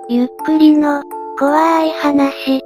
ゆっくりの、怖い話。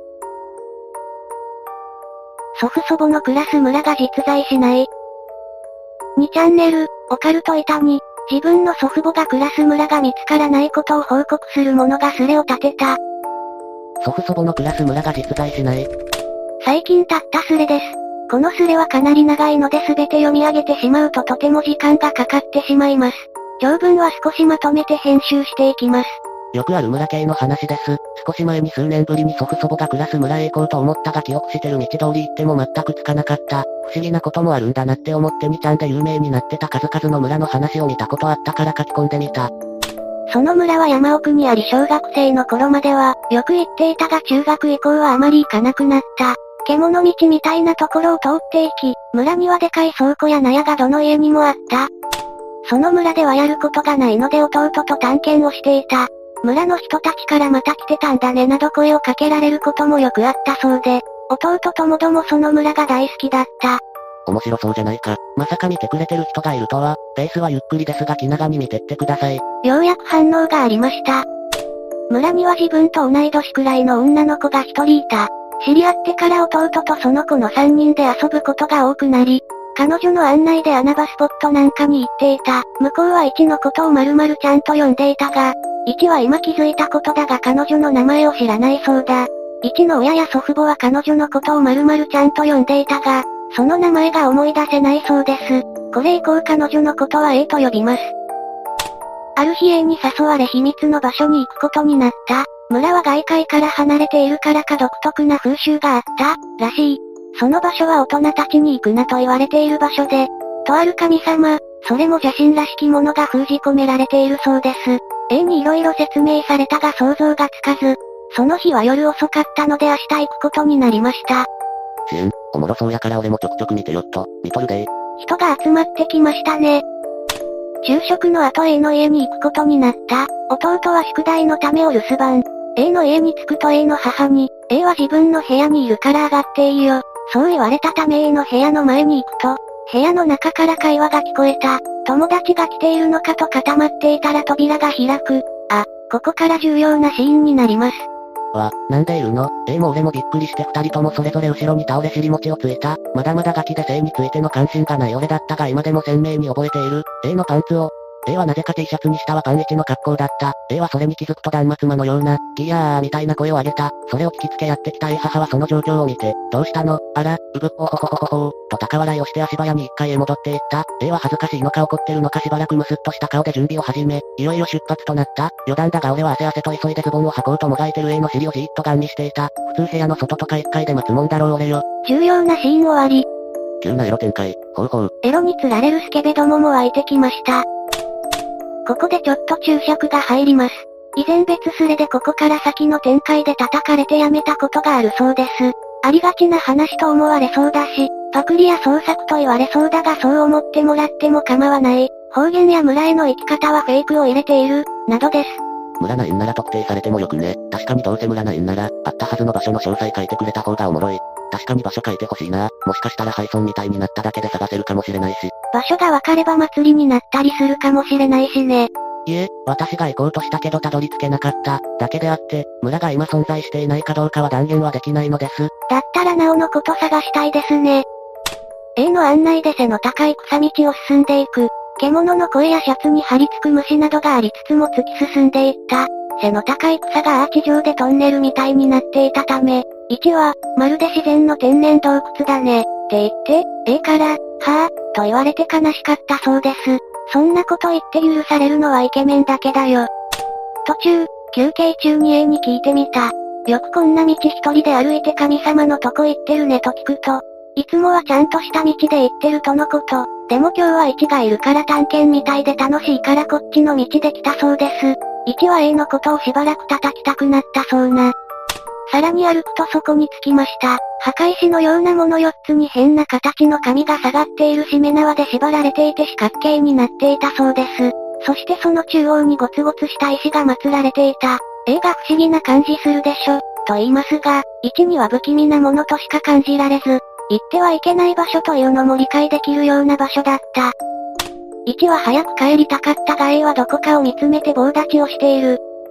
祖父祖母の暮らす村が実在しない。2チャンネル、オカルト板に、自分の祖父母が暮らす村が見つからないことを報告する者がスレを立てた。 祖父祖母の暮らす村が実在しない。 最近立ったスレです。このスレはかなり長いので全て読み上げてしまうととても時間がかかってしまいます。長文は少しまとめて編集していきます。 よくある村系の話です。少し前に数年ぶりに祖父祖母が暮らす村へ行こうと思ったが記憶してる道通り行っても全くつかなかった。不思議なこともあるんだなって思って2ちゃんで有名になってた数々の村の話を見たことあったから書き込んでみた。 その村は山奥にあり小学生の頃まではよく行っていたが中学以降はあまり行かなくなった。獣道みたいなところを通っていき、村にはでかい倉庫や納屋がどの家にもあった。その村ではやることがないので弟と探検をしていた。村の人たちからまた来てたんだねなど声をかけられることもよくあったそうで、弟ともどもその村が大好きだった。 面白そうじゃないか。まさか見てくれてる人がいるとは、ペースはゆっくりですが気長に見てってください。 ようやく反応がありました。村には自分と同い年くらいの女の子が一人いた。知り合ってから弟とその子の3人で遊ぶことが多くなり、彼女の案内で穴場スポットなんかに行っていた。向こうは1のことを〇〇ちゃんと呼んでいたが、1は今気づいたことだが彼女の名前を知らないそうだ。1の親や祖父母は彼女のことを〇〇ちゃんと呼んでいたが、その名前が思い出せないそうです。これ以降彼女のことは A と呼びます。ある日 A に誘われ秘密の場所に行くことになった。村は外界から離れているからか独特な風習があった、らしい。その場所は大人たちに行くなと言われている場所で、とある神様、それも邪神らしきものが封じ込められているそうです。A に色々説明されたが想像がつかず、その日は夜遅かったので明日行くことになりました。 おもろそうやから俺もちょくちょく見てよっと、見とるでー。 人が集まってきましたね。昼食の後 A の家に行くことになった。弟は宿題のためお留守番。A の家に着くと A の母に、A は自分の部屋にいるから上がっていいよ。そう言われたため A の部屋の前に行くと、部屋の中から会話が聞こえた。友達が来ているのかと固まっていたら扉が開く。あ、ここから重要なシーンになります。 なんでいるの？ A も俺もびっくりして二人ともそれぞれ後ろに倒れ尻餅をついた。まだまだガキで性についての関心がない俺だったが今でも鮮明に覚えている。A のパンツを。A はなぜか T シャツに下はパン1の格好だった。A はそれに気づくと断末魔のような、ギヤーみたいな声を上げた。それを聞きつけやってきた A 母はその状況を見て、どうしたの？あら、うぐっほほほほほほと高笑いをして足早に1階へ戻っていった。A は恥ずかしいのか怒ってるのかしばらくムスッとした顔で準備を始め、いよいよ出発となった。余談だが俺は汗と急いでズボンを履こうともがいてる A の尻をじーっとガン見していた。普通部屋の外とか1階で待つもんだろう俺よ。 重要なシーン終わり。 急なエロ展開、ほうほう。 エロに釣られるスケベどもも湧いてきました。ここでちょっと注釈が入ります。以前別スレでここから先の展開で叩かれてやめたことがあるそうです。ありがちな話と思われそうだし、パクリや創作と言われそうだがそう思ってもらっても構わない。方言や村への生き方はフェイクを入れている、などです。 村ないんなら特定されてもよくね。確かにどうせ村ないんなら、あったはずの場所の詳細書いてくれた方がおもろい。確かに場所書いてほしいな。もしかしたら配送みたいになっただけで探せるかもしれないし。 場所がわかれば祭りになったりするかもしれないしね。 いえ、私が行こうとしたけどたどり着けなかった、だけであって、村が今存在していないかどうかは断言はできないのです。 だったらなおのこと探したいですね。A の案内で背の高い草道を進んでいく。獣の声やシャツに張り付く虫などがありつつも突き進んでいった。背の高い草がアーチ状でトンネルみたいになっていたため、1は、まるで自然の天然洞窟だね、って言って、A から、はぁ、と言われて悲しかったそうです。そんなこと言って許されるのはイケメンだけだよ。途中、休憩中に A に聞いてみた。よくこんな道一人で歩いて神様のとこ行ってるねと聞くと、いつもはちゃんとした道で行ってるとのこと。でも今日は1がいるから探検みたいで楽しいからこっちの道で来たそうです。1は A のことをしばらく叩きたくなったそうな。さらに歩くとそこに着きました。墓石のようなもの4つに変な形の紙が下がっているしめ縄で縛られていて四角形になっていたそうです。そしてその中央にゴツゴツした石が祀られていた。A が不思議な感じするでしょ、と言いますが、1には不気味なものとしか感じられず、行ってはいけない場所というのも理解できるような場所だった。1は早く帰りたかったが A はどこかを見つめて棒立ちをしている。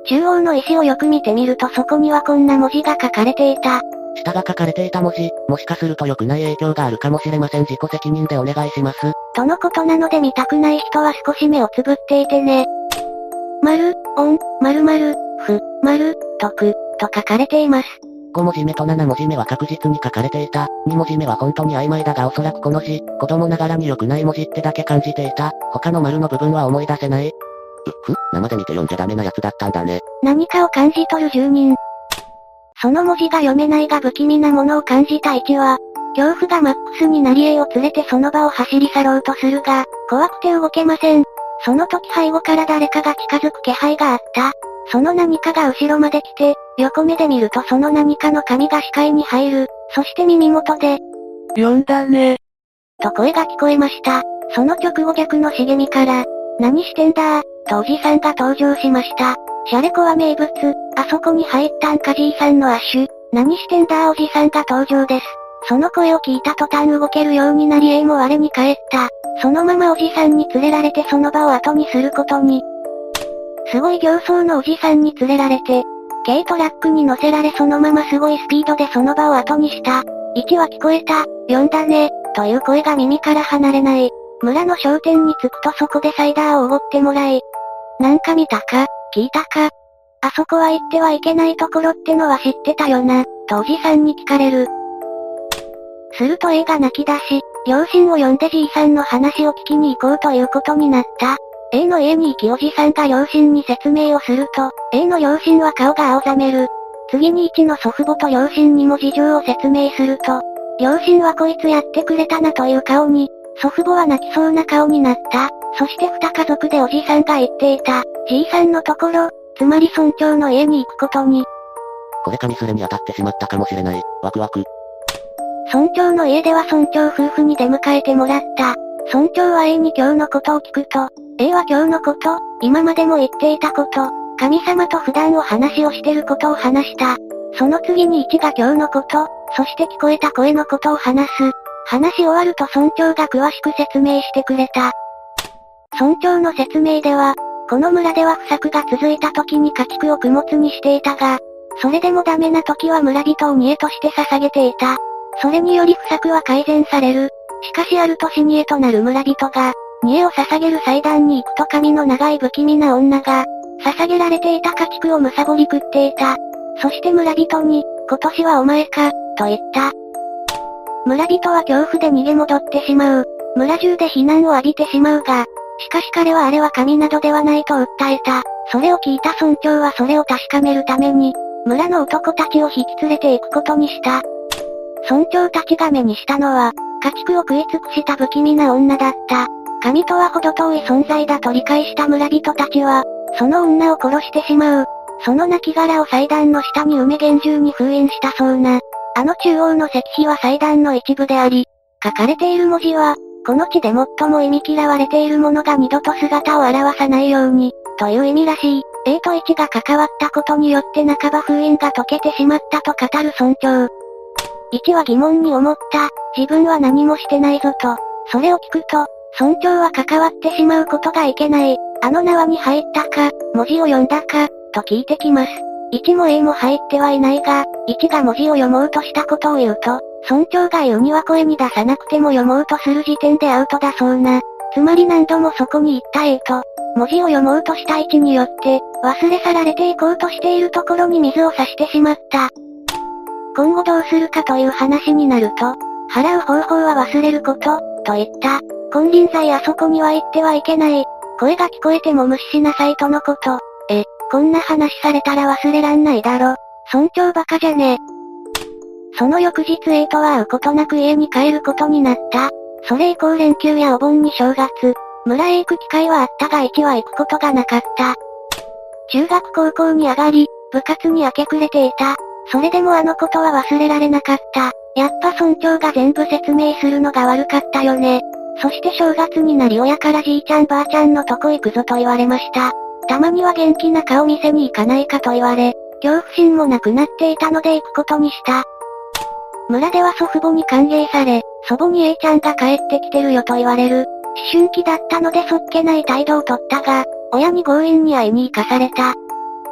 中央の石をよく見てみるとそこにはこんな文字が書かれていた。 下が書かれていた文字、もしかすると良くない影響があるかもしれません。自己責任でお願いします。 とのことなので見たくない人は少し目をつぶっていてね。丸、音、〇〇、ふ、丸、徳、と書かれています。 5文字目と7文字目は確実に書かれていた。2文字目は本当に曖昧だがおそらくこの字、子供ながらに良くない文字ってだけ感じていた。他の丸の部分は思い出せない。生で見て読んじゃダメなやつだったんだね。 何かを感じ取る住人。その文字が読めないが不気味なものを感じた1は、恐怖がマックスになり A を連れてその場を走り去ろうとするが、怖くて動けません。その時背後から誰かが近づく気配があった。その何かが後ろまで来て、横目で見るとその何かの髪が視界に入る。そして耳元で、 読んだね。 と声が聞こえました。その直後逆の茂みから、何してんだー、とおじさんが登場しました。シャレコは名物、あそこに入ったんかじいさんのアッシュ、何してんだーおじさんが登場です。その声を聞いた途端動けるようになり A も我に返った。そのままおじさんに連れられてその場を後にすることに。すごい形相のおじさんに連れられて、軽トラックに乗せられそのまますごいスピードでその場を後にした。1は聞こえた、読んだね、という声が耳から離れない。村の商店に着くとそこでサイダーをおごってもらい。なんか見たか、聞いたか。あそこは行ってはいけないところってのは知ってたよな、とおじさんに聞かれる。すると A が泣き出し、両親を呼んでじいさんの話を聞きに行こうということになった。A の家に行きおじさんが両親に説明をすると、A の両親は顔が青ざめる。次に1の祖父母と両親にも事情を説明すると、両親はこいつやってくれたなという顔に、祖父母は泣きそうな顔になった。そして2家族でおじさんが言っていた、じいさんのところ、つまり村長の家に行くことに。 これかミスレに当たってしまったかもしれない。ワクワク。 村長の家では村長夫婦に出迎えてもらった。村長は A に今日のことを聞くと、A は今日のこと、今までも言っていたこと、神様と普段お話をしてることを話した。その次に1が今日のこと、そして聞こえた声のことを話す。話し終わると村長が詳しく説明してくれた。村長の説明では、この村では不作が続いた時に家畜を供物にしていたが、それでもダメな時は村人を煮えとして捧げていた。それにより不作は改善される。しかしある年煮えとなる村人が、煮えを捧げる祭壇に行くと髪の長い不気味な女が、捧げられていた家畜をむさぼり食っていた。そして村人に、今年はお前か、と言った。村人は恐怖で逃げ戻ってしまう。村中で非難を浴びてしまうが、しかし彼はあれは神などではないと訴えた。それを聞いた村長はそれを確かめるために、村の男たちを引き連れて行くことにした。村長たちが目にしたのは、家畜を食い尽くした不気味な女だった。神とは程遠い存在だと理解した村人たちは、その女を殺してしまう。その亡骸を祭壇の下に埋め厳重に封印したそうな。あの中央の石碑は祭壇の一部であり、書かれている文字は、この地で最も忌み嫌われている者が二度と姿を現さないように、という意味らしい。A と1が関わったことによって半ば封印が解けてしまったと語る村長。1は疑問に思った。自分は何もしてないぞと。それを聞くと、村長は関わってしまうことがいけない。あの縄に入ったか、文字を読んだか、と聞いてきます。1も A も入ってはいないが、1が文字を読もうとしたことを言うと、村長が言うには声に出さなくても読もうとする時点でアウトだそうな。つまり何度もそこに行った A と、文字を読もうとした1によって、忘れ去られていこうとしているところに水を差してしまった。今後どうするかという話になると、払う方法は忘れること、と言った。金輪際あそこには行ってはいけない。声が聞こえても無視しなさいとのこと。こんな話されたら忘れらんないだろ。村長バカじゃね。その翌日 A とは会うことなく家に帰ることになった。それ以降連休やお盆に正月、村へ行く機会はあったが1は行くことがなかった。中学高校に上がり、部活に明け暮れていた。それでもあのことは忘れられなかった。やっぱ村長が全部説明するのが悪かったよね。そして正月になり親からじいちゃんばあちゃんのとこ行くぞと言われました。たまには元気な顔見せに行かないかと言われ、恐怖心もなくなっていたので行くことにした。村では祖父母に歓迎され、祖母に A ちゃんが帰ってきてるよと言われる。思春期だったのでそっけない態度をとったが、親に強引に会いに行かされた。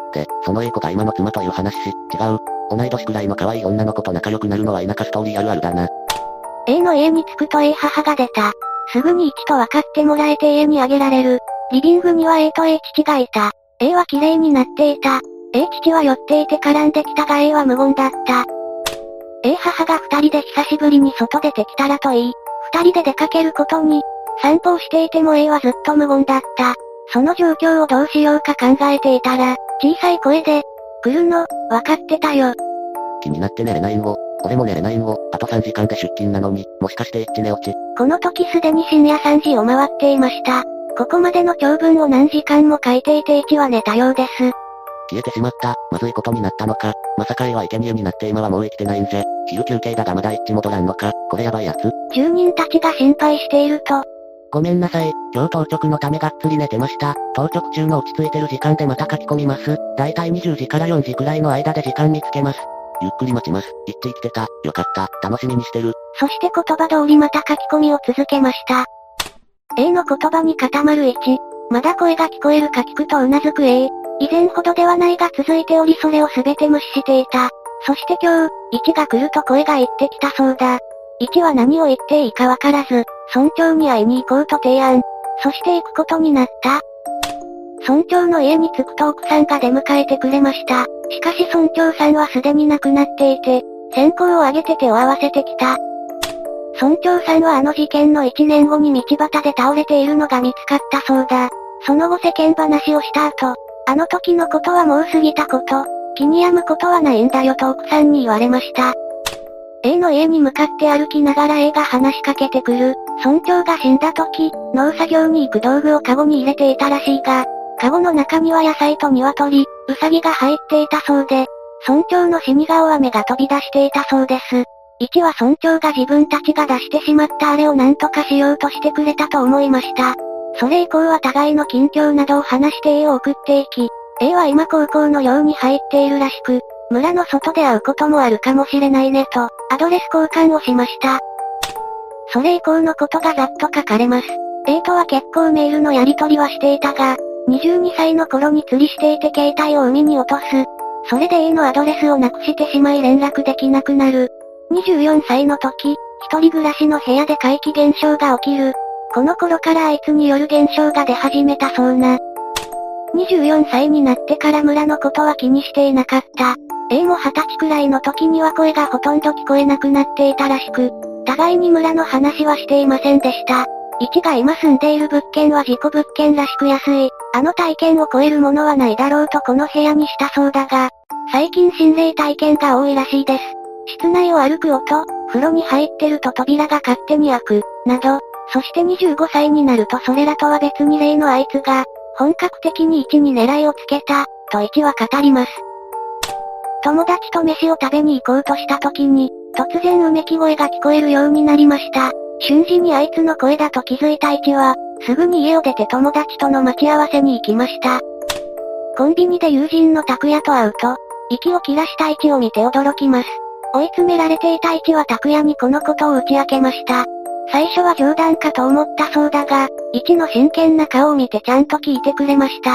で、その A 子が今の妻という話し、違う。同い年くらいの可愛い女の子と仲良くなるのは田舎ストーリーあるあるだな。 A の家に着くと A 母が出た。すぐに1と分かってもらえて家にあげられる。リビングには A と A 父がいた。A は綺麗になっていた。A 父は酔っていて絡んできたが A は無言だった。A 母が2人で久しぶりに外出てきたらと言い、2人で出かけることに、散歩をしていても A はずっと無言だった。その状況をどうしようか考えていたら、小さい声で、来るの、分かってたよ。 気になって寝れないんを。俺も寝れないんを。あと3時間で出勤なのに、もしかして寝落ち。 この時すでに深夜3時を回っていました。ここまでの長文を何時間も書いていて1は寝たようです。 消えてしまった。まずいことになったのか。まさか A は生贄になって今はもう生きてないんじゃ。昼休憩だがまだ一致戻らんのか。これやばいやつ。 住人たちが心配していると。 ごめんなさい。今日当直のためがっつり寝てました。当直中の落ち着いてる時間でまた書き込みます。だいたい20時から4時くらいの間で時間見つけます。ゆっくり待ちます。一致生きてた。よかった。楽しみにしてる。 そして言葉通りまた書き込みを続けました。A の言葉に固まる1。まだ声が聞こえるか聞くと頷く A。以前ほどではないが続いておりそれを全て無視していた。そして今日、1が来ると声が言ってきたそうだ。1は何を言っていいかわからず、村長に会いに行こうと提案。そして行くことになった。村長の家に着くと奥さんが出迎えてくれました。しかし村長さんはすでに亡くなっていて、線香をあげて手を合わせてきた。村長さんはあの事件の1年後に道端で倒れているのが見つかったそうだ。その後世間話をした後、あの時のことはもう過ぎたこと、気に病むことはないんだよと奥さんに言われました。A の家に向かって歩きながら A が話しかけてくる。村長が死んだ時、農作業に行く道具をカゴに入れていたらしいが、カゴの中には野菜と鶏、ウサギが入っていたそうで、村長の死に顔は目が飛び出していたそうです。1は村長が自分たちが出してしまったあれを何とかしようとしてくれたと思いました。それ以降は互いの近況などを話して A を送っていき、A は今高校の寮に入っているらしく、村の外で会うこともあるかもしれないねと、アドレス交換をしました。それ以降のことがざっと書かれます。A とは結構メールのやり取りはしていたが、22歳の頃に釣りしていて携帯を海に落とす。それで A のアドレスをなくしてしまい連絡できなくなる。24歳の時、一人暮らしの部屋で怪奇現象が起きる。この頃からあいつによる現象が出始めたそうな。24歳になってから村のことは気にしていなかった。A も20歳くらいの時には声がほとんど聞こえなくなっていたらしく、互いに村の話はしていませんでした。1が今住んでいる物件は事故物件らしく安い。あの体験を超えるものはないだろうとこの部屋にしたそうだが、最近心霊体験が多いらしいです。室内を歩く音、風呂に入ってると扉が勝手に開く、など、そして25歳になるとそれらとは別に例のあいつが、本格的に1に狙いをつけた、と1は語ります。友達と飯を食べに行こうとした時に、突然うめき声が聞こえるようになりました。瞬時にあいつの声だと気づいた1は、すぐに家を出て友達との待ち合わせに行きました。コンビニで友人の拓也と会うと、息を切らした1を見て驚きます。追い詰められていた1は拓也にこのことを打ち明けました。最初は冗談かと思ったそうだが、1の真剣な顔を見てちゃんと聞いてくれました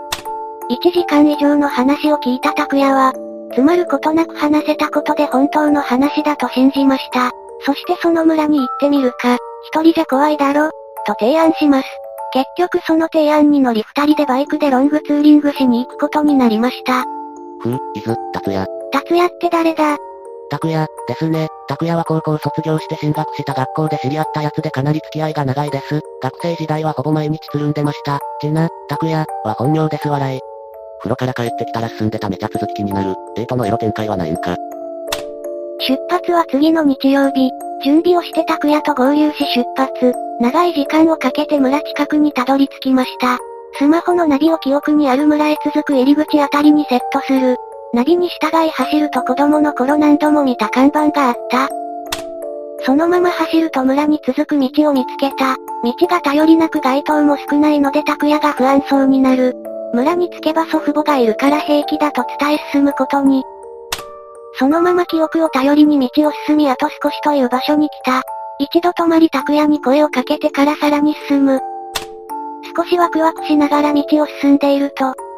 。1時間以上の話を聞いた拓也は、詰まることなく話せたことで本当の話だと信じました。そしてその村に行ってみるか、一人じゃ怖いだろ、と提案します。結局その提案に乗り二人でバイクでロングツーリングしに行くことになりました。 達也。 達也って誰だ？ 拓也、ですね。拓也は高校卒業して進学した学校で知り合ったやつでかなり付き合いが長いです。学生時代はほぼ毎日つるんでました。拓也は本名です笑い。風呂から帰ってきたら進んでためちゃ続き気になる。A とのエロ展開はないんか。 出発は次の日曜日。準備をして拓也と合流し出発。長い時間をかけて村近くにたどり着きました。スマホのナビを記憶にある村へ続く入り口あたりにセットする。ナビに従い走ると子供の頃何度も見た看板があった。そのまま走ると村に続く道を見つけた。道が頼りなく街灯も少ないので拓也が不安そうになる。村に着けば祖父母がいるから平気だと伝え進むことに。そのまま記憶を頼りに道を進みあと少しという場所に来た。一度止まり拓也に声をかけてからさらに進む。少しワクワクしながら道を進んでいると、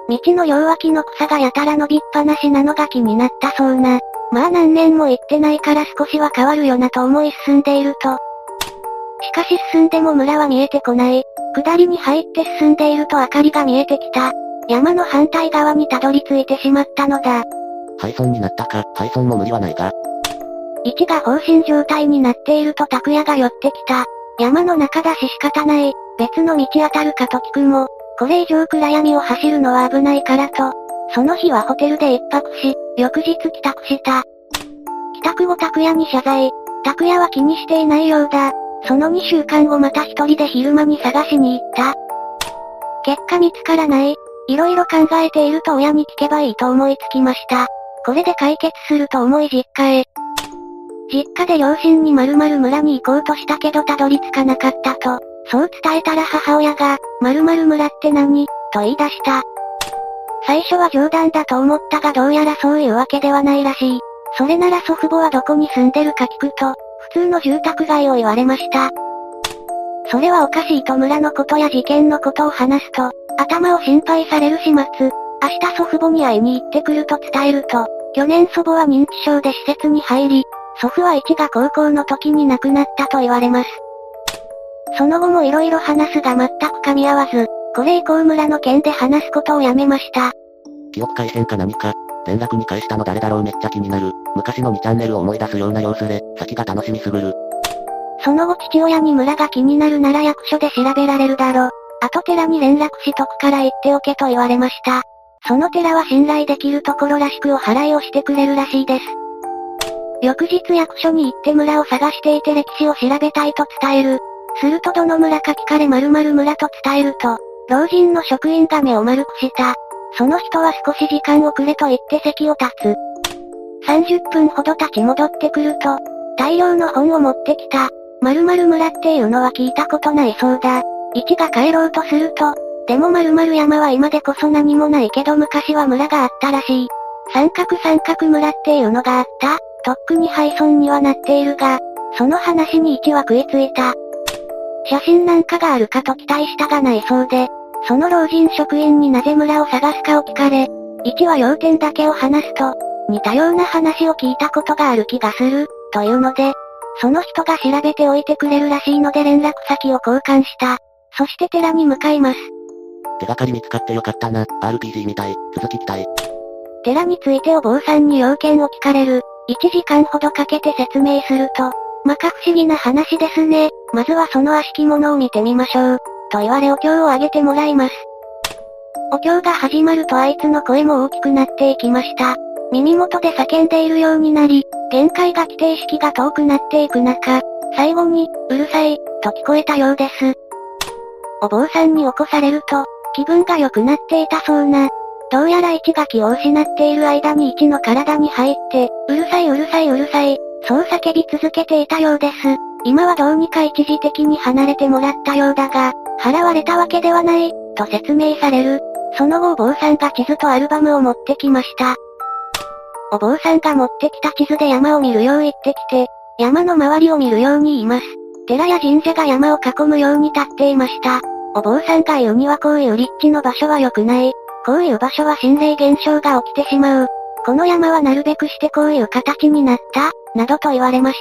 道の両脇の草がやたら伸びっぱなしなのが気になったそうな。まあ何年も行ってないから少しは変わるよなと思い進んでいると。しかし進んでも村は見えてこない。下りに入って進んでいると明かりが見えてきた。山の反対側にたどり着いてしまったのだ。 廃村になったか、廃村も無理はないが。 位置が放心状態になっていると拓也が寄ってきた。山の中だし仕方ない、別の道当たるかと聞くも、これ以上暗闇を走るのは危ないからと、その日はホテルで一泊し、翌日帰宅した。帰宅後拓也に謝罪。拓也は気にしていないようだ。その2週間後また一人で昼間に探しに行った。結果見つからない。いろいろ考えていると親に聞けばいいと思いつきました。これで解決すると思い実家へ。実家で両親に〇〇村に行こうとしたけどたどり着かなかったと、そう伝えたら母親が、〇〇村って何と言い出した。最初は冗談だと思ったがどうやらそういうわけではないらしい。それなら祖父母はどこに住んでるか聞くと、普通の住宅街を言われました。それはおかしいと村のことや事件のことを話すと、頭を心配される始末。明日祖父母に会いに行ってくると伝えると、去年祖母は認知症で施設に入り、祖父は一が高校の時に亡くなったと言われます。その後も色々話すが全く噛み合わず、これ以降村の件で話すことをやめました。 記憶改変か何か、連絡に返したの誰だろうめっちゃ気になる。昔の2チャンネルを思い出すような様子で、先が楽しみすぐる。 その後父親に村が気になるなら役所で調べられるだろ。あと寺に連絡しとくから言っておけと言われました。その寺は信頼できるところらしくお祓いをしてくれるらしいです。翌日役所に行って村を探していて歴史を調べたいと伝える。するとどの村か聞かれ〇〇村と伝えると、老人の職員が目を丸くした。その人は少し時間をくれと言って席を立つ。30分ほど立ち戻ってくると、大量の本を持ってきた。〇〇村っていうのは聞いたことないそうだ。一が帰ろうとすると、でも〇〇山は今でこそ何もないけど昔は村があったらしい。三角村っていうのがあった？とっくに廃村にはなっているが、その話に一は食いついた。写真なんかがあるかと期待したがないそうで、その老人職員になぜ村を探すかを聞かれ、一は要点だけを話すと、似たような話を聞いたことがある気がする、というので、その人が調べておいてくれるらしいので連絡先を交換した。そして寺に向かいます。 手がかり見つかってよかったな、RPG みたい、続き期待。 寺についてお坊さんに要件を聞かれる。1時間ほどかけて説明すると、まか不思議な話ですね。まずはその悪しきものを見てみましょう。と言われお経をあげてもらいます。お経が始まるとあいつの声も大きくなっていきました。耳元で叫んでいるようになり、限界が来て意識が遠くなっていく中、最後に、うるさい、と聞こえたようです。お坊さんに起こされると、気分が良くなっていたそうな。どうやら一が気を失っている間に一の体に入って、うるさいうるさいうるさい、そう叫び続けていたようです。今はどうにか一時的に離れてもらったようだが、払われたわけではない、と説明される。その後お坊さんが地図とアルバムを持ってきました。お坊さんが持ってきた地図で山を見るよう言ってきて、山の周りを見るように言います。寺や神社が山を囲むように立っていました。お坊さんが言うにはこういう立地の場所は良くない。こういう場所は心霊現象が起きてしまう。この山はなるべくしてこういう形になった、などと言われました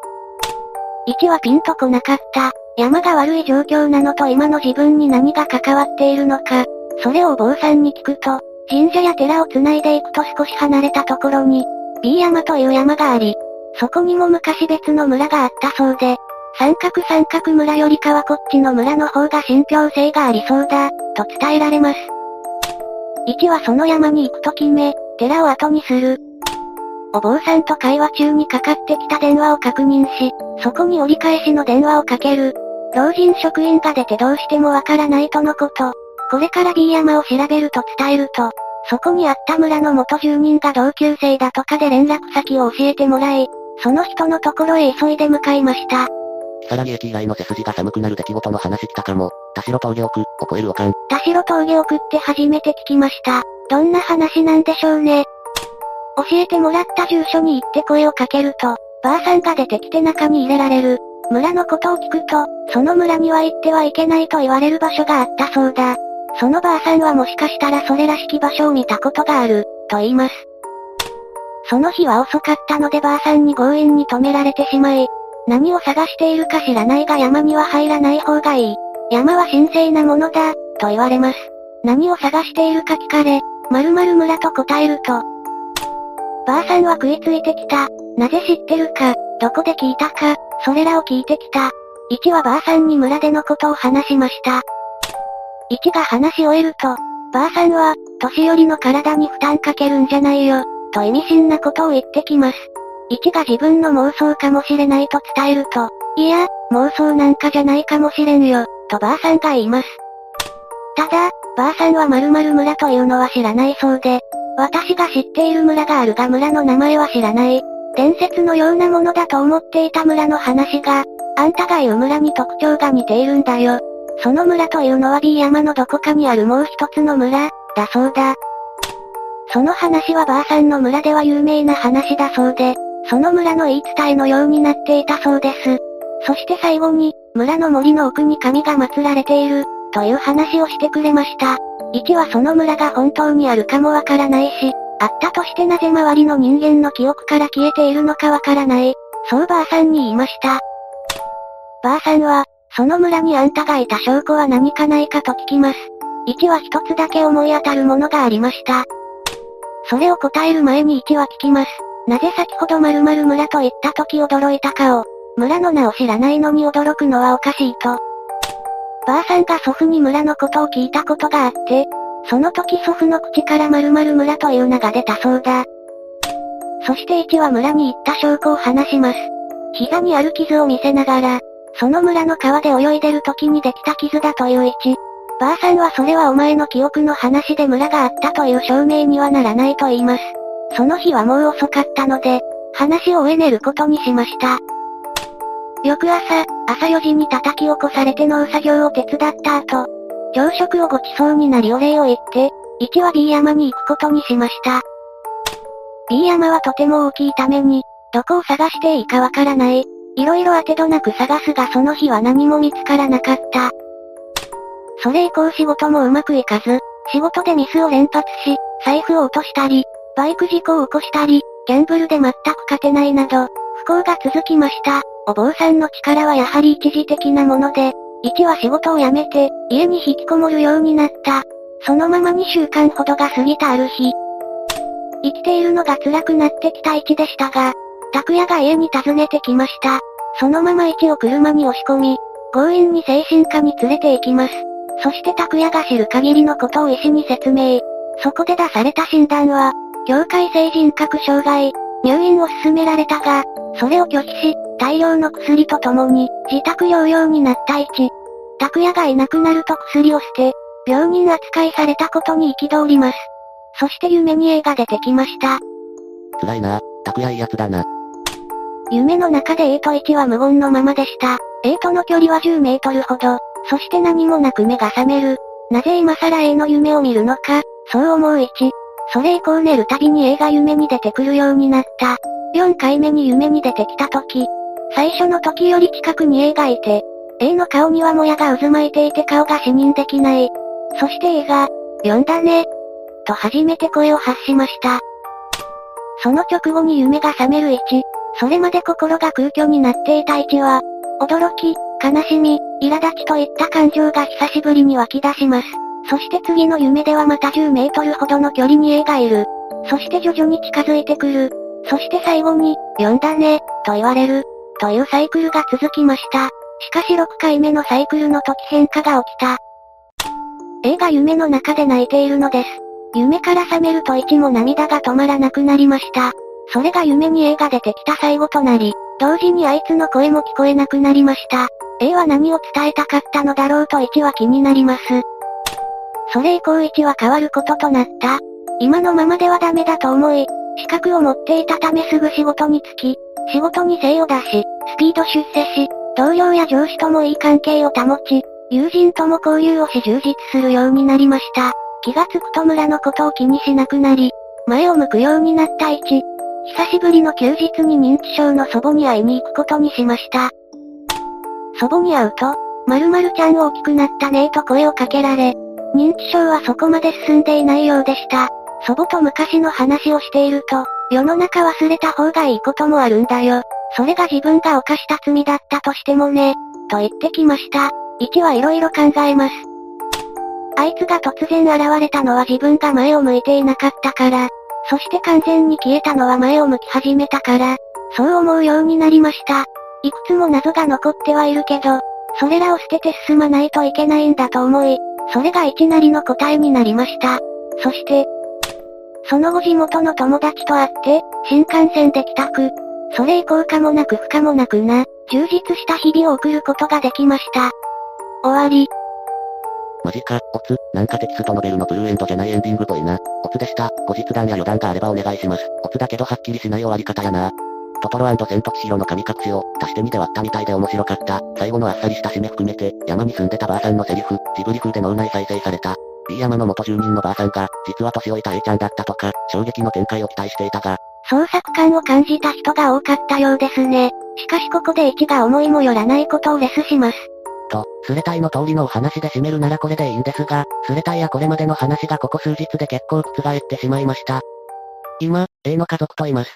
。1はピンとこなかった。山が悪い状況なのと今の自分に何が関わっているのか。それをお坊さんに聞くと、神社や寺を繋いでいくと少し離れたところに、B 山という山があり、そこにも昔別の村があったそうで、三角村よりかはこっちの村の方が信憑性がありそうだ、と伝えられます。1はその山に行くと決め、寺を後にする。お坊さんと会話中にかかってきた電話を確認し、そこに折り返しの電話をかける。老人職員が出てどうしてもわからないとのこと。これから B 山を調べると伝えると、そこにあった村の元住人が同級生だとかで連絡先を教えてもらい、その人のところへ急いで向かいました。 木更木駅以外の背筋が寒くなる出来事の話来たかも。田代峠奥、を超えるおかん。 田代峠奥って初めて聞きました。どんな話なんでしょうね。教えてもらった住所に行って声をかけると、ばあさんが出てきて中に入れられる。村のことを聞くと、その村には行ってはいけないと言われる場所があったそうだ。 そのばあさんはもしかしたらそれらしき場所を見たことがある、と言います。その日は遅かったのでばあさんに強引に止められてしまい、何を探しているか知らないが山には入らない方がいい。山は神聖なものだ、と言われます。何を探しているか聞かれ、〇〇村と答えると、ばあさんは食いついてきた。なぜ知ってるか、どこで聞いたか、それらを聞いてきた。1はばあさんに村でのことを話しました。1が話し終えると、ばあさんは、年寄りの体に負担かけるんじゃないよ、と意味深なことを言ってきます。1が自分の妄想かもしれないと伝えると、いや、妄想なんかじゃないかもしれんよ、とばあさんが言います。ただ、ばあさんは〇〇村というのは知らないそうで、私が知っている村があるが村の名前は知らない。伝説のようなものだと思っていた村の話が、あんたが言う村に特徴が似ているんだよ。その村というのは B 山のどこかにあるもう一つの村、だそうだ。その話はばあさんの村では有名な話だそうで、その村の言い伝えのようになっていたそうです。そして最後に、村の森の奥に神が祀られている、という話をしてくれました。1はその村が本当にあるかもわからないし、あったとしてなぜ周りの人間の記憶から消えているのかわからない。そうばあさんに言いました。ばあさんは、その村にあんたがいた証拠は何かないかと聞きます。1は一つだけ思い当たるものがありました。それを答える前に1は聞きます。なぜ先ほど〇〇村と言った時驚いたかを、村の名を知らないのに驚くのはおかしいと。ばあさんが祖父に村のことを聞いたことがあって、その時祖父の口から〇〇村という名が出たそうだ。そして1は村に行った証拠を話します。膝にある傷を見せながら、その村の川で泳いでる時にできた傷だという1。ばあさんはそれはお前の記憶の話で村があったという証明にはならないと言います。その日はもう遅かったので、話を終え寝ることにしました。翌朝4時に叩き起こされて農作業を手伝った後、朝食をごちそうになりお礼を言って、1は B 山に行くことにしました。B 山はとても大きいために、どこを探していいかわからない。いろいろ当てどなく探すがその日は何も見つからなかった。それ以降仕事もうまくいかず、仕事でミスを連発し、財布を落としたり、バイク事故を起こしたり、ギャンブルで全く勝てないなど、不幸が続きました。お坊さんの力はやはり一時的なもので、1は仕事を辞めて、家に引きこもるようになった。そのまま2週間ほどが過ぎたある日。生きているのが辛くなってきた1でしたが、拓也が家に訪ねてきました。そのまま1を車に押し込み、強引に精神科に連れて行きます。そして拓也が知る限りのことを医師に説明。そこで出された診断は、境界性人格障害、入院を勧められたが、それを拒否し、大量の薬とともに、自宅療養になった1。拓也がいなくなると薬を捨て、病人扱いされたことに憤ります。そして夢に A が出てきました。 辛いな、拓也いいやつだな。 夢の中で A と1は無言のままでした。A との距離は10メートルほど。そして何もなく目が覚める。なぜ今更 A の夢を見るのか、そう思う1。それ以降寝るたびに A が夢に出てくるようになった。4回目に夢に出てきた時、最初の時より近くに A がいて、A の顔にはもやが渦巻いていて顔が視認できない。そして A が、呼んだね。と初めて声を発しました。その直後に夢が覚める1。それまで心が空虚になっていた1は、驚き、悲しみ、苛立ちといった感情が久しぶりに湧き出します。そして次の夢ではまた10メートルほどの距離に A がいる。そして徐々に近づいてくる。そして最後に、呼んだね、と言われる。というサイクルが続きました。しかし6回目のサイクルの時変化が起きた。A が夢の中で泣いているのです。夢から覚めると1も涙が止まらなくなりました。それが夢に A が出てきた最後となり、同時にあいつの声も聞こえなくなりました。A は何を伝えたかったのだろうと1は気になります。それ以降1は変わることとなった。今のままではダメだと思い、資格を持っていたためすぐ仕事に就き、仕事に精を出し、スピード出世し、同僚や上司ともいい関係を保ち、友人とも交流をし充実するようになりました。気がつくと村のことを気にしなくなり、前を向くようになった1。久しぶりの休日に認知症の祖母に会いに行くことにしました。祖母に会うと、〇〇ちゃん大きくなったねと声をかけられ、 認知症はそこまで進んでいないようでした。祖母と昔の話をしていると、世の中忘れた方がいいこともあるんだよ。それが自分が犯した罪だったとしてもね、と言ってきました。1は色々考えます。あいつが突然現れたのは自分が前を向いていなかったから、そして完全に消えたのは前を向き始めたから、そう思うようになりました。いくつも謎が残ってはいるけど、それらを捨てて進まないといけないんだと思い、それが1なりの答えになりました。そして、その後地元の友達と会って、新幹線で帰宅。それ以降可もなく不可もなくな、充実した日々を送ることができました。終わり。 マジか、オツ、なんかテキストノベルのブルーエンドじゃないエンディングっぽいな。オツでした。後日談や余談があればお願いします。オツだけどはっきりしない終わり方やな。トトロ&千と千尋の神隠しを、足して2で割ったみたいで面白かった。最後のあっさりした締め含めて、山に住んでたばあさんのセリフ、ジブリ風で脳内再生された。B 山の元住人のばあさんが、実は年老いた A ちゃんだったとか、衝撃の展開を期待していたが、 創作感を感じた人が多かったようですね。しかしここで1が思いもよらないことをレスします。 と、スレタイの通りのお話で締めるならこれでいいんですが、スレタイやこれまでの話がここ数日で結構覆ってしまいました。今、A の家族といます。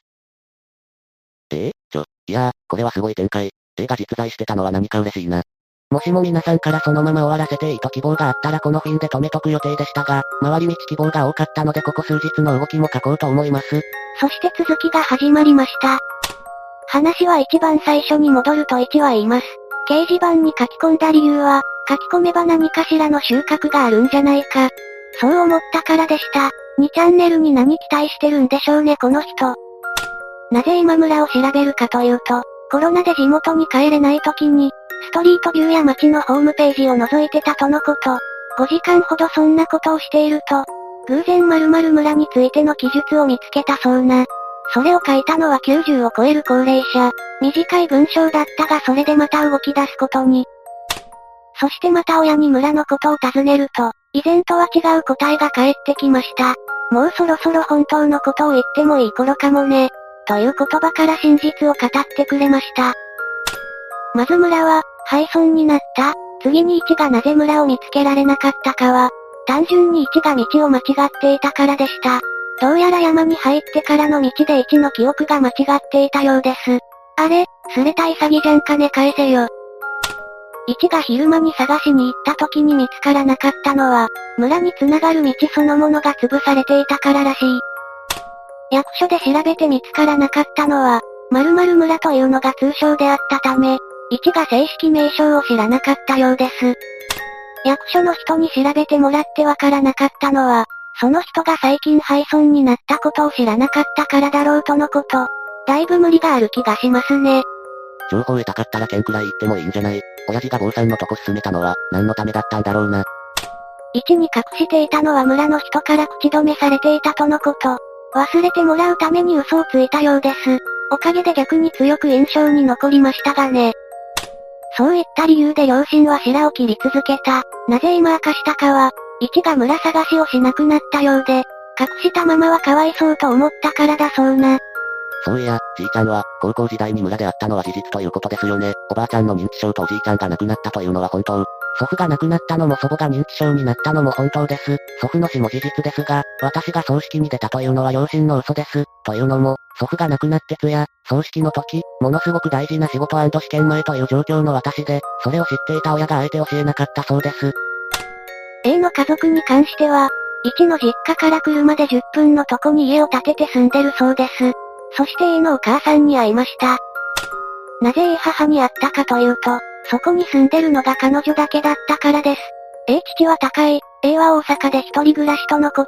いやー、これはすごい展開。A が実在してたのは何か嬉しいな。もしも皆さんからそのまま終わらせていいと希望があったらこのフィンで止めとく予定でしたが、回り道希望が多かったのでここ数日の動きも書こうと思います。 そして続きが始まりました。話は一番最初に戻ると1は言います。掲示板に書き込んだ理由は、書き込めば何かしらの収穫があるんじゃないか。そう思ったからでした。2チャンネルに何期待してるんでしょうねこの人。なぜ今村を調べるかというと、コロナで地元に帰れない時に、ストリートビューや街のホームページを覗いてたとのこと。5時間ほどそんなことをしていると、偶然〇〇村についての記述を見つけたそうな。それを書いたのは90を超える高齢者。短い文章だったがそれでまた動き出すことに。そしてまた親に村のことを尋ねると、以前とは違う答えが返ってきました。もうそろそろ本当のことを言ってもいい頃かもね。という言葉から真実を語ってくれました。まず村は、廃村になった。次に1がなぜ村を見つけられなかったかは、単純に1が道を間違っていたからでした。どうやら山に入ってからの道で1の記憶が間違っていたようです。あれ、すれたい詐欺じゃん金返せよ。1が昼間に探しに行った時に見つからなかったのは、村に繋がる道そのものが潰されていたかららしい。役所で調べて見つからなかったのは、〇〇村というのが通称であったため、1が正式名称を知らなかったようです。役所の人に調べてもらってわからなかったのは、その人が最近廃村になったことを知らなかったからだろうとのこと。だいぶ無理がある気がしますね。 情報得たかったら県くらい行ってもいいんじゃない？親父が坊さんのとこ進めたのは、何のためだったんだろうな。 1に隠していたのは村の人から口止めされていたとのこと。忘れてもらうために嘘をついたようです。おかげで逆に強く印象に残りましたがね。そういった理由で両親は白を切り続けた。なぜ今明かしたかは、1が村探しをしなくなったようで、隠したままはかわいそうと思ったからだそうな。 そういや、じいちゃんは、高校時代に村であったのは事実ということですよね。おばあちゃんの認知症とおじいちゃんが亡くなったというのは本当。祖父が亡くなったのも祖母が認知症になったのも本当です。祖父の死も事実ですが、私が葬式に出たというのは両親の嘘です。というのも、祖父が亡くなって通夜、葬式の時、ものすごく大事な仕事&試験前という状況の私で、それを知っていた親があえて教えなかったそうです。 A の家族に関しては、1の実家から車で10分のとこに家を建てて住んでるそうです。そして A のお母さんに会いました。なぜ A 母に会ったかというと、そこに住んでるのが彼女だけだったからです。A 父は高い、A は大阪で一人暮らしとのこと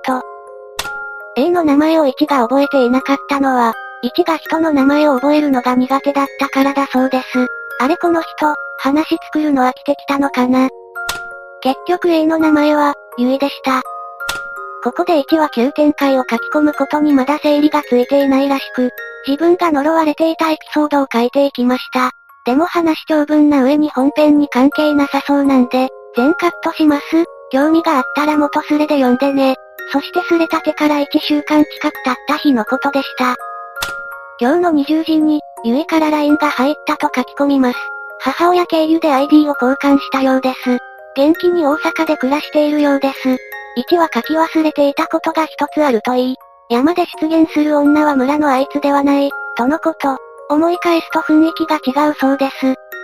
。A の名前を1が覚えていなかったのは、1が人の名前を覚えるのが苦手だったからだそうです。あれこの人、話作るの飽きてきたのかな。結局 A の名前は、ゆいでした。ここで1は急展開を書き込むことにまだ整理がついていないらしく、自分が呪われていたエピソードを書いていきました。でも話長文な上に本編に関係なさそうなんで、全カットします。興味があったら元スレで読んでね。そしてスレ立てから1週間近く経った日のことでした。今日の20時に、ゆいから LINE が入ったと書き込みます。母親経由で ID を交換したようです。 元気に大阪で暮らしているようです。1は書き忘れていたことが一つあるといい。山で出現する女は村のあいつではない、とのこと。思い返すと雰囲気が違うそうです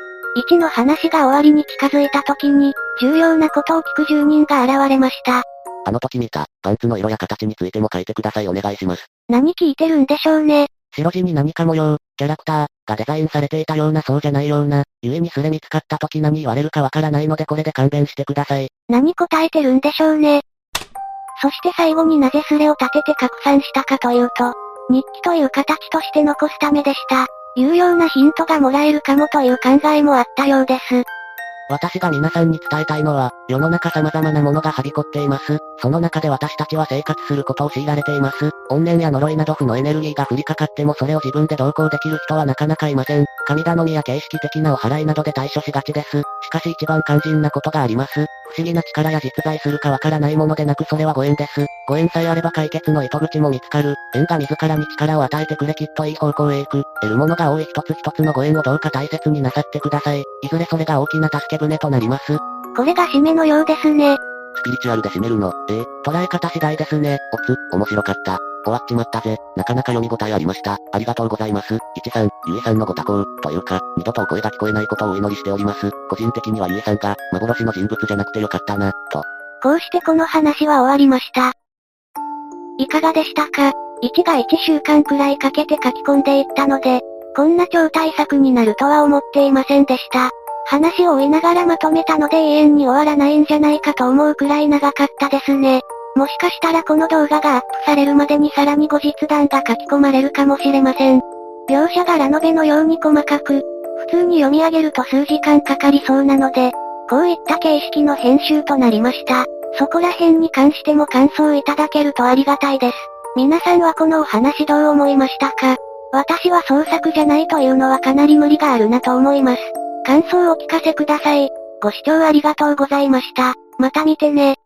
。1の話が終わりに近づいた時に、重要なことを聞く住人が現れました。 あの時見た、パンツの色や形についても書いてくださいお願いします。 何聞いてるんでしょうね。 白地に何か模様、キャラクター、がデザインされていたようなそうじゃないような、故にすれ見つかった時何言われるかわからないのでこれで勘弁してください。 何答えてるんでしょうね。そして最後になぜスレを立てて拡散したかというと、日記という形として残すためでした。有用なヒントがもらえるかもという考えもあったようです。 私が皆さんに伝えたいのは、世の中様々なものがはびこっています。その中で私たちは生活することを強いられています。怨念や呪いなど負のエネルギーが降りかかってもそれを自分で同行できる人はなかなかいません。神頼みや形式的なお祓いなどで対処しがちです。しかし一番肝心なことがあります。不思議な力や実在するかわからないものでなくそれはご縁です。ご縁さえあれば解決の糸口も見つかる。縁が自らに力を与えてくれきっといい方向へ行く。得るものが多い一つ一つのご縁をどうか大切になさってください。いずれそれが大きな助け舟となります。 これが締めのようですね。 スピリチュアルで締めるの、捉え方次第ですね。面白かった。終わっちまったぜ。なかなか読み応えありました。ありがとうございます。一さん、ゆえさんのご多幸、というか、二度とお声が聞こえないことをお祈りしております。個人的にはゆえさんが、幻の人物じゃなくてよかったな、と。 こうしてこの話は終わりました。いかがでしたか？ 1 が1週間くらいかけて書き込んでいったので、こんな超大作になるとは思っていませんでした。話を追いながらまとめたので永遠に終わらないんじゃないかと思うくらい長かったですね。もしかしたらこの動画がアップされるまでにさらに後日談が書き込まれるかもしれません。描写がラノベのように細かく、普通に読み上げると数時間かかりそうなので、こういった形式の編集となりました。そこら辺に関しても感想いただけるとありがたいです。皆さんはこのお話どう思いましたか？私は創作じゃないというのはかなり無理があるなと思います。感想をお聞かせください。ご視聴ありがとうございました。また見てね。